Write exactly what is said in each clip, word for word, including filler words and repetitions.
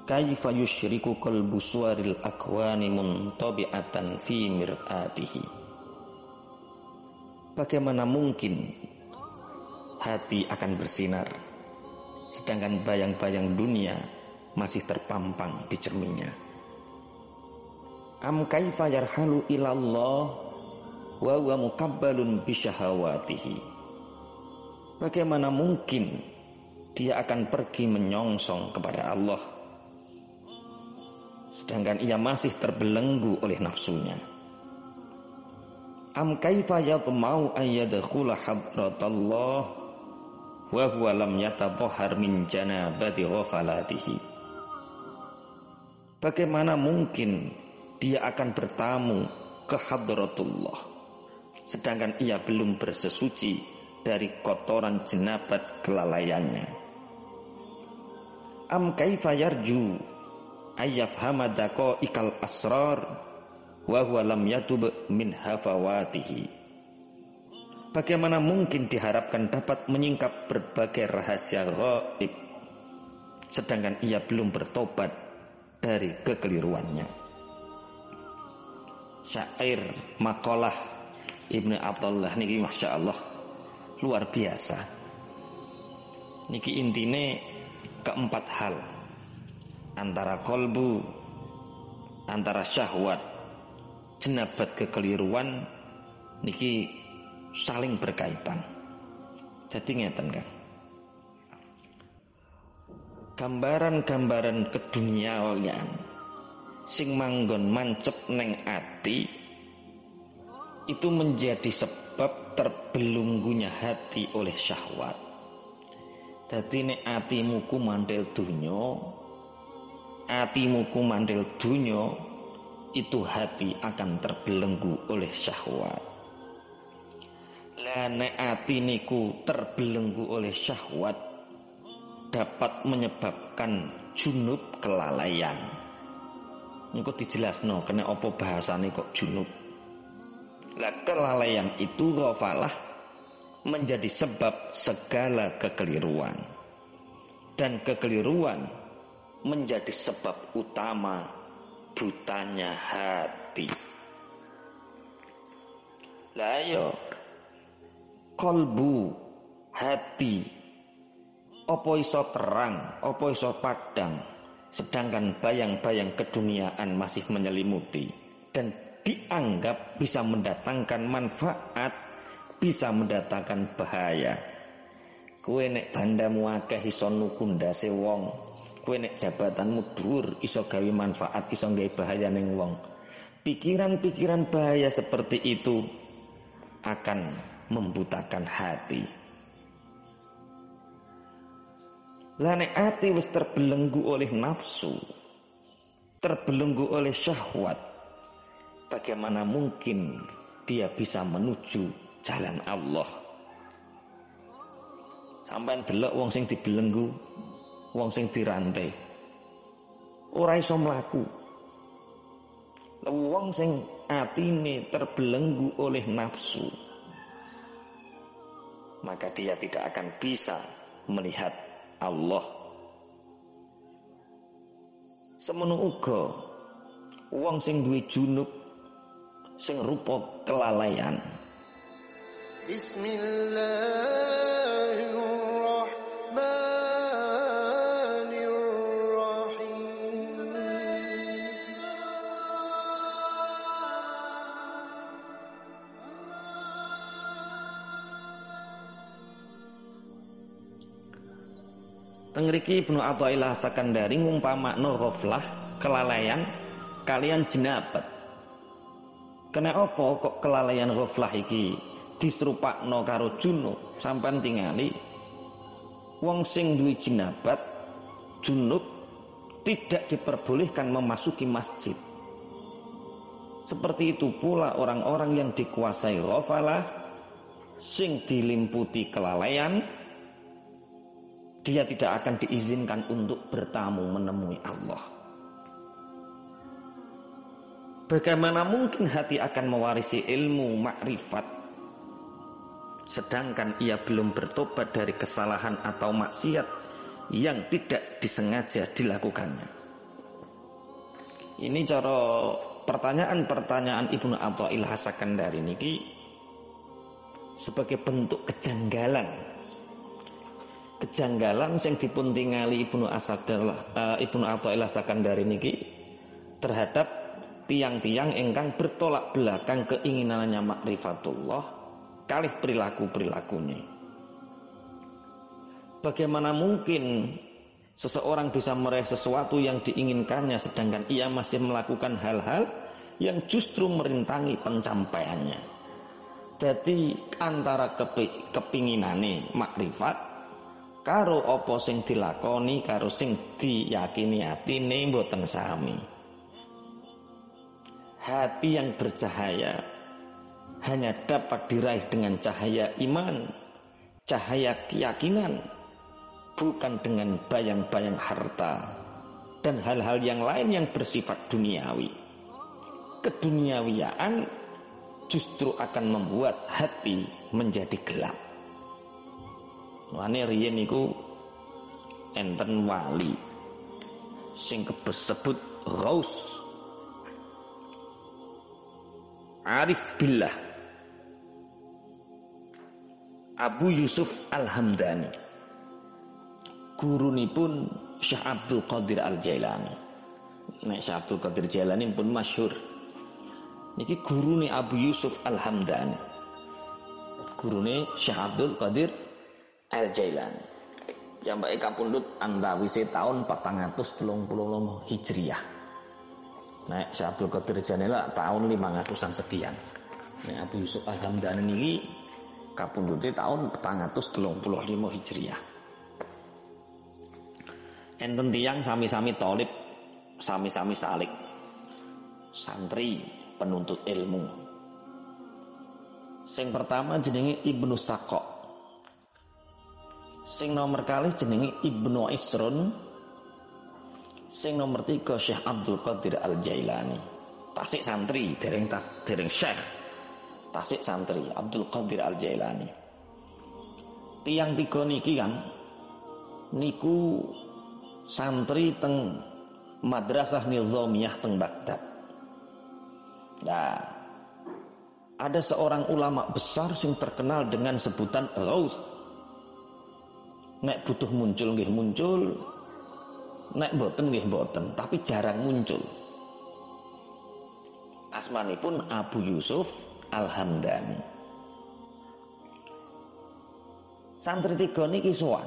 kaifa yusyriku qalbu suwaril akwani muntabi'atan fi mir'atihi. Bagaimana mungkin hati akan bersinar sedangkan bayang-bayang dunia masih terpampang di cerminnya. Am kaifa yarhalu ilallah wa huwa mukabbalun bisyahawatihi. Bagaimana mungkin dia akan pergi menyongsong kepada Allah sedangkan ia masih terbelenggu oleh nafsunya. Am kaifa yatma'u an yadkhula hadratallah wa huwa lam yatadhahhar min janabati ghafalatihi. Bagaimana mungkin dia akan bertamu ke hadratullah sedangkan ia belum bersesuci dari kotoran jenabat kelalaiannya. Am kaifa yarju ayyafhama daqaiqal asrar wa huwa lam yatub min hafawatihi. Bagaimana mungkin diharapkan dapat menyingkap berbagai rahasia ghaib sedangkan ia belum bertobat dari kekeliruannya. Syair makalah Ibnu Athaillah niki Masya Allah luar biasa. Niki intine keempat hal, antara kolbu, antara syahwat, jenabat kekeliruan niki saling berkaitan. Jadi ngeten kan, gambaran-gambaran keduniawian sing manggon mancep neng ati itu menjadi sebab terbelunggunya hati oleh syahwat. Dadi nek atimu ku mandel dunya, atimu ku mandel dunya, itu hati akan terbelenggu oleh syahwat. Lah nek ati niku terbelenggu oleh syahwat dapat menyebabkan junub kelalaian. Engko dijelasno kena apa bahasane kok junub. Lah kelalaian itu ghafalah menjadi sebab segala kekeliruan, dan kekeliruan menjadi sebab utama butanya hati. Lah yo kolbu hati apa iso terang, apa iso padang sedangkan bayang-bayang keduniaan masih menyelimuti dan dianggap bisa mendatangkan manfaat, bisa mendatangkan bahaya. Kowe nek bandamu akeh iso nuku ndase wong, kowe nek jabatanmu dhuwur iso gawe manfaat, iso gawe bahaya ning wong. Pikiran-pikiran bahaya seperti itu akan membutakan hati. Lah nek ati wis terbelenggu oleh nafsu, terbelenggu oleh syahwat, bagaimana mungkin dia bisa menuju jalan Allah? Sampai delok wong sing dibelenggu, wong sing dirantai, ora iso mlaku. Wong sing atine terbelenggu oleh nafsu, maka dia tidak akan bisa melihat Allah. Semono uga wong sing duwe junub sing rupa kelalaian. Bismillahirrahmanirrahim. Tengriki Ibnu Athaillah Sakandari ngumpamakna ghaflah, kelalaian kalian jenabat. Kena apa kok kelalaian ghaflah iki diserupakno karo junub? Sampeyan tingali wong sing duwe jenabat, junub tidak diperbolehkan memasuki masjid. Seperti itu pula orang-orang yang dikuasai ghafalah, sing dilimputi kelalaian, dia tidak akan diizinkan untuk bertamu menemui Allah. Bagaimana mungkin hati akan mewarisi ilmu makrifat sedangkan ia belum bertobat dari kesalahan atau maksiat yang tidak disengaja dilakukannya? Ini cara pertanyaan-pertanyaan Ibnu Athaillah As-Sakandari niki sebagai bentuk kejanggalan. Kejanggalan yang dipuntingali Ibnu Asadillah, uh, Ibnu Athaillah As-Sakandari niki terhadap tiang-tiang ingkang bertolak belakang keinginannya makrifatullah kalih perilaku-perilakunya. Bagaimana mungkin seseorang bisa meraih sesuatu yang diinginkannya sedangkan ia masih melakukan hal-hal yang justru merintangi pencapaiannya. Jadi antara kepi, kepinginane makrifat karo apa sing dilakoni karo sing diyakini atine mboten sami. Hati yang bercahaya hanya dapat diraih dengan cahaya iman, cahaya keyakinan, bukan dengan bayang-bayang harta dan hal-hal yang lain yang bersifat duniawi. Keduniawiaan justru akan membuat hati menjadi gelap. Mane riyen niku enten wali sing kebesebut Ghaus Arif Billah Abu Yusuf Al-Hamdani, gurunipun Syekh Abdul Qadir Al-Jailani. Nek Syekh Abdul Qadir Jailani pun masyhur. Niki gurune Abu Yusuf Al-Hamdani. Gurune Syekh Abdul Qadir Al-Jailani. Yang mbake kapundhut antawise taun patang atus telung puluh lima Hijriah. Nek Syekh Abdul Qadir Jailani tahun limang atusan sekian. Nek Abu Yusuf Al-Hamdani niki kapundhute tahun patang atus telung puluh lima Hijriah. Enten tiyang sami-sami thalib, sami-sami salik, santri penuntut ilmu. Sing pertama jenenge Ibnu Saqqa. Sing nomor kalih jenenge Ibnu Isrun. Sing nomor tiga Syekh Abdul Qadir Al-Jailani. Tasik santri, dereng tas, dereng Syekh. Tasik santri Abdul Qadir Al-Jailani. Tiang tiga niki kan niku santri teng Madrasah Nizamiyah teng Baghdad. Nah, ada seorang ulama besar yang terkenal dengan sebutan Ghaus. Nek butuh muncul nggih muncul, nek boten nggih boten, tapi jarang muncul. Asmanipun Abu Yusuf Al-Hamdani. Santri tiga niki sowan.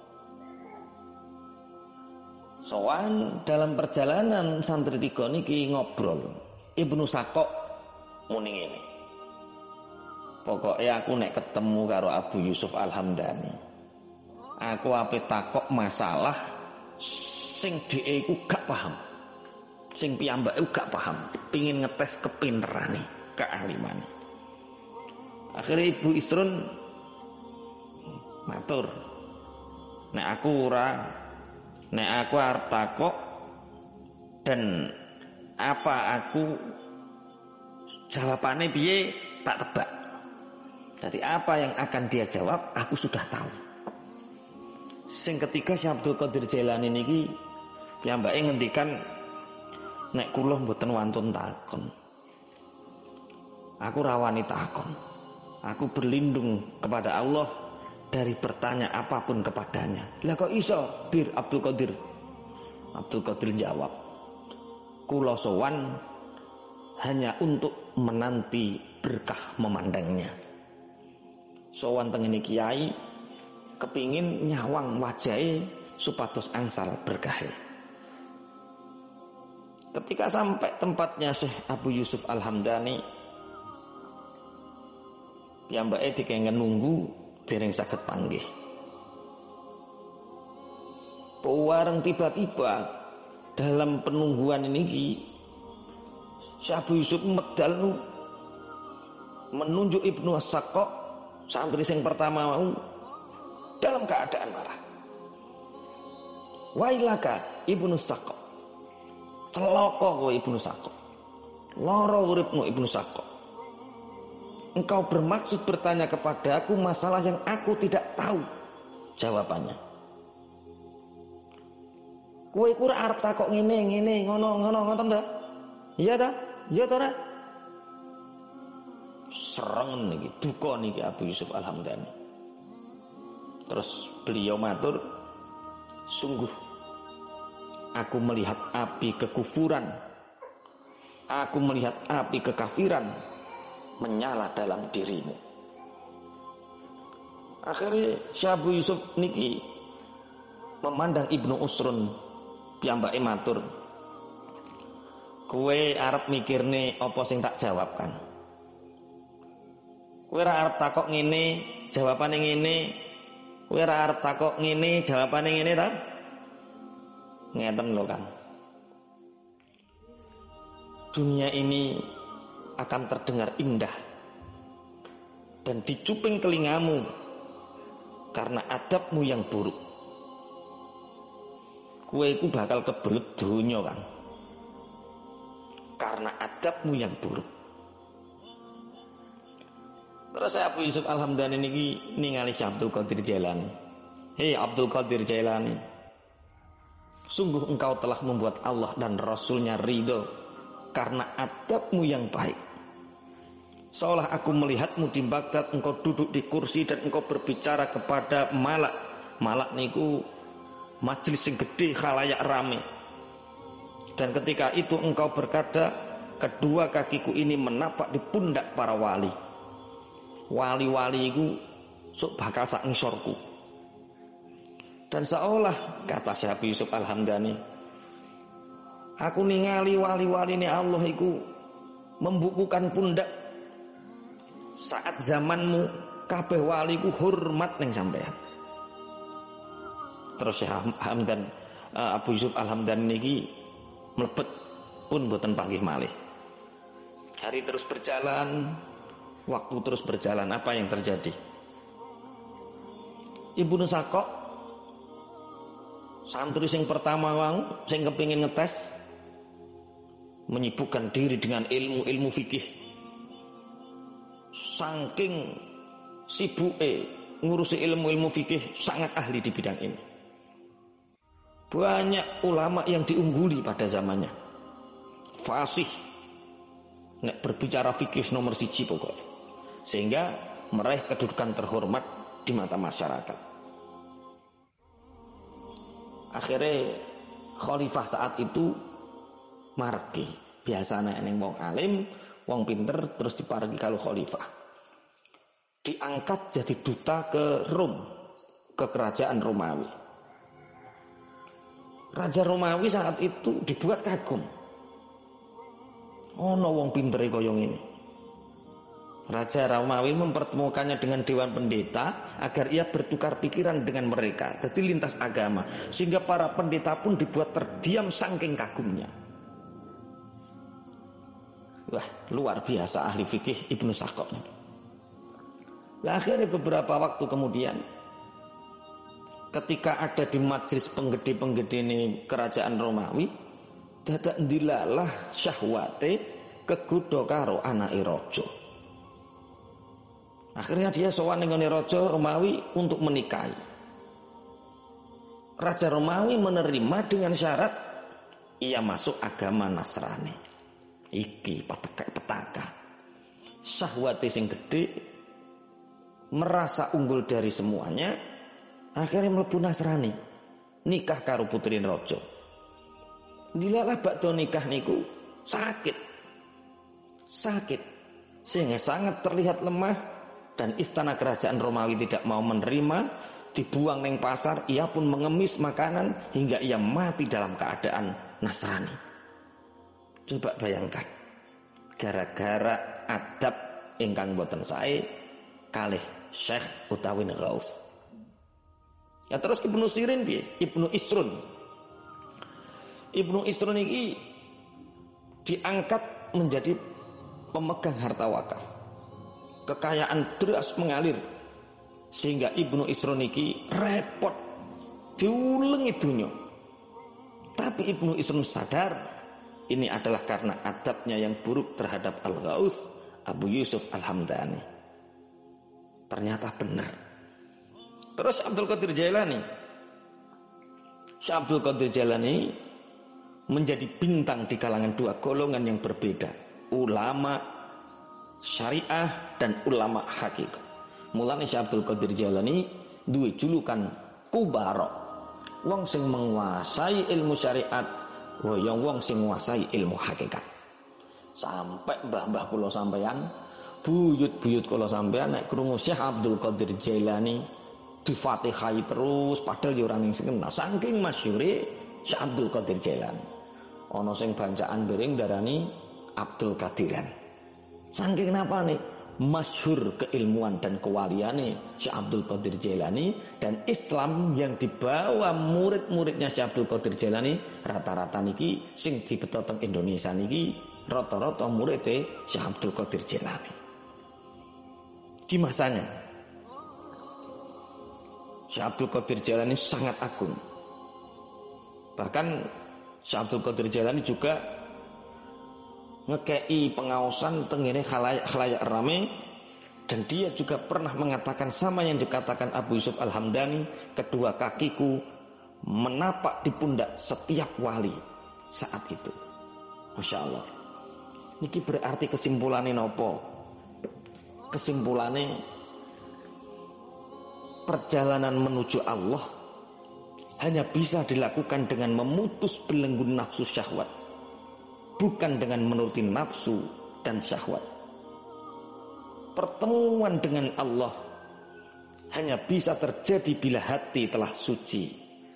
Sowan dalam perjalanan santri tiga niki ngobrol. Ibnu Saqqa muni ngene. Pokoke aku nek ketemu karo Abu Yusuf Al-Hamdani, aku ape takok masalah sing dhek iku gak paham. Sing piyambake gak paham, pengin ngetes kepinterane, keahlimane. Akhirnya Ibu Isrun matur, nek aku ora nek aku arep takok dan apa aku jawabannya piye tak tebak. Jadi apa yang akan dia jawab aku sudah tahu. Sing ketiga Syekh Abdul Qadir Jailani niki piyambake ngendikan nek kula mboten wantun takon. Aku rawani takon. Aku berlindung kepada Allah dari bertanya apapun kepadanya. Lah kok iso Dir Abdul Qadir? Abdul Qadir jawab, kula sowan hanya untuk menanti berkah memandangnya. Sowan tengene kiai kepingin nyawang wajahe supados angsal berkahe. Ketika sampai tempatnya Syekh Abu Yusuf Al-Hamdani, piyambake dikengken nunggu dereng saged panggih. Pewareng tiba-tiba dalam penungguan ini Syekh Abu Yusuf medal menunjuk Ibnu Saqqa, santri yang pertama mau, dalam keadaan marah. Wailaka Ibnu Saqqa, celaka kowe Ibnu Saqqa, lara uripmu Ibnu Saqqa. Engkau bermaksud bertanya kepadaku masalah yang aku tidak tahu jawabannya. Kowe iku ora arep takok ngene ngene ngono ngono ngoten ta? Iya ta? Iya ta ora? Sereng niki, duka niki Abu Yusuf Al-Hamdani. Terus beliau matur, sungguh aku melihat api kekufuran, aku melihat api kekafiran menyala dalam dirimu. Akhirnya Syekh Abu Yusuf niki memandang Ibnu Usrun, piyambake matur, kowe arep mikirne apa sing tak jawab kan? Kowe ora arep takok ngene, jawabane ngene. Kowe ora arep takok ngene, jawabane ngene ta? Ngeten lho Kang. Dunia ini akan terdengar indah dan dicuping telingamu karena adabmu yang buruk. Kowe iku bakal kebelet donya Kang. Karena adabmu yang buruk. Terus saya Abu Yusuf Al-Hamdani niki ningali Abdul Qadir Jailani. Hei Abdul Qadir Jailani, sungguh engkau telah membuat Allah dan Rasulnya ridho karena adabmu yang baik. Seolah aku melihatmu di Baghdad, engkau duduk di kursi dan engkau berbicara kepada malak. Malak niku majelis yang gede, khalayak rame. Dan ketika itu engkau berkata, kedua kakiku ini menapak di pundak para wali. Wali-wali itu sok bakal sak ngisorku. Dan seolah kata Syekh Yusuf Al-Hamdani, aku ningali wali-wali ini Allah itu membukukan pundak. Saat zamanmu kabeh wali ku hormat ning sampean. Terus Syekh Hamdan uh, Abu Yusuf Al-Hamdani niki mlebet pun boten panggih malih. Hari terus berjalan, waktu terus berjalan. Apa yang terjadi? Ibnu Sakok, santri sing pertama wau sing kepingin ngetes, menyibukkan diri dengan ilmu-ilmu fikih. Saking sibuke ngurusi ilmu-ilmu fikih, sangat ahli di bidang ini. Banyak ulama yang diungguli pada zamannya. Fasih, nek berbicara fikih nomor siji pokoknya. Sehingga meraih kedudukan terhormat di mata masyarakat. Akhirnya khalifah saat itu margi. Biasanya ning wong alim, wong pinter terus diparingi kalau khalifah. Diangkat jadi duta ke Rom, ke kerajaan Romawi. Raja Romawi saat itu dibuat kagum. Ono wong pintere kaya ngene. Raja Romawi mempertemukannya dengan dewan pendeta agar ia bertukar pikiran dengan mereka. Jadi lintas agama. Sehingga para pendeta pun dibuat terdiam saking kagumnya. Wah, luar biasa ahli fikih Ibnu Sakok. Nah, akhirnya beberapa waktu kemudian, ketika ada di majelis penggede-penggede ini kerajaan Romawi, dadak ndilalah syahwate kegodha karo anake raja. Akhirnya dia sowan ning raja Romawi untuk menikahi. Raja Romawi menerima dengan syarat ia masuk agama Nasrani. Iki petaka. Syahwate sing gede, merasa unggul dari semuanya, akhirnya mlebu Nasrani. Nikah karo putri raja. Dilalah bakdo nikah niku sakit. Sakit. Sehingga sangat terlihat lemah. Dan istana kerajaan Romawi tidak mau menerima, dibuang neng pasar, ia pun mengemis makanan hingga ia mati dalam keadaan Nasrani. Coba bayangkan, gara-gara adab ingkang boten sae kalih Syekh utawi Ghaus. Ya terus Ibnu Sirin piye? Ibnu Isrun. Ibnu Isrun ini diangkat menjadi pemegang harta wakaf. Kekayaan deras mengalir sehingga Ibnu Isrun iki repot diulengi dunya. Tapi Ibnu Isrun sadar ini adalah karena adabnya yang buruk terhadap Al-Ghaus Abu Yusuf Al-Hamdani. Ternyata benar. Terus Abdul Qadir Jailani Syekh Abdul Qadir Jailani menjadi bintang di kalangan dua golongan yang berbeda, ulama syariah dan ulama hakikat. Mulane Syekh Abdul Qadir Jailani duwe julukan kubara, wong sing menguasai ilmu syariat, wong wong sing menguasai ilmu hakikat. Sampai mbah-mbah kula sampeyan, buyut-buyut kula sampeyan nek krungu Syekh Abdul Qadir Jailani difatihai terus padahal ya ora ning sing kenal. Saking masyhure Syekh Abdul Qadir Jailani. Ana sing bancaan bering darani Abdul Qadiran. Saking napa nih? Masyhur keilmuan dan kewaliane Syekh Abdul Qadir Jailani, dan Islam yang dibawa murid-muridnya Syekh Abdul Qadir Jailani rata-rata niki sing dibeta teng Indonesia niki rata-rata muridé Syekh Abdul Qadir Jailani. Di masanya Syekh Abdul Qadir Jailani sangat agung. Bahkan Syekh Abdul Qadir Jailani juga ngekei pengaosan tengene khalayak rame, dan dia juga pernah mengatakan sama yang dikatakan Abu Yusuf Al-Hamdani, kedua kakiku menapak di pundak setiap wali saat itu. Masya Allah. Niki berarti kesimpulannya nopo? Kesimpulannya perjalanan menuju Allah hanya bisa dilakukan dengan memutus belenggu nafsu syahwat, bukan dengan menuruti nafsu dan syahwat. Pertemuan dengan Allah hanya bisa terjadi bila hati telah suci.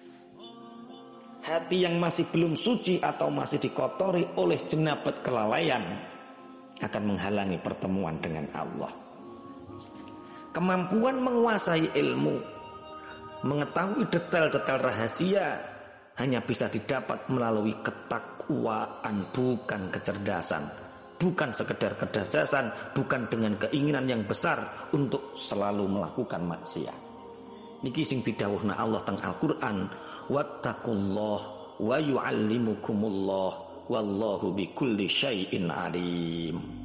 Hati yang masih belum suci atau masih dikotori oleh jenabat kelalaian akan menghalangi pertemuan dengan Allah. Kemampuan menguasai ilmu, mengetahui detail-detail rahasia hanya bisa didapat melalui ketakwaan, bukan kecerdasan, bukan sekedar kecerdasan, bukan dengan keinginan yang besar untuk selalu melakukan maksiat. Niki sing didhawuhna Allah teng Al-Qur'an, wattaqullah wa yu'allimukumullah wallahu bikulli syai'in alim.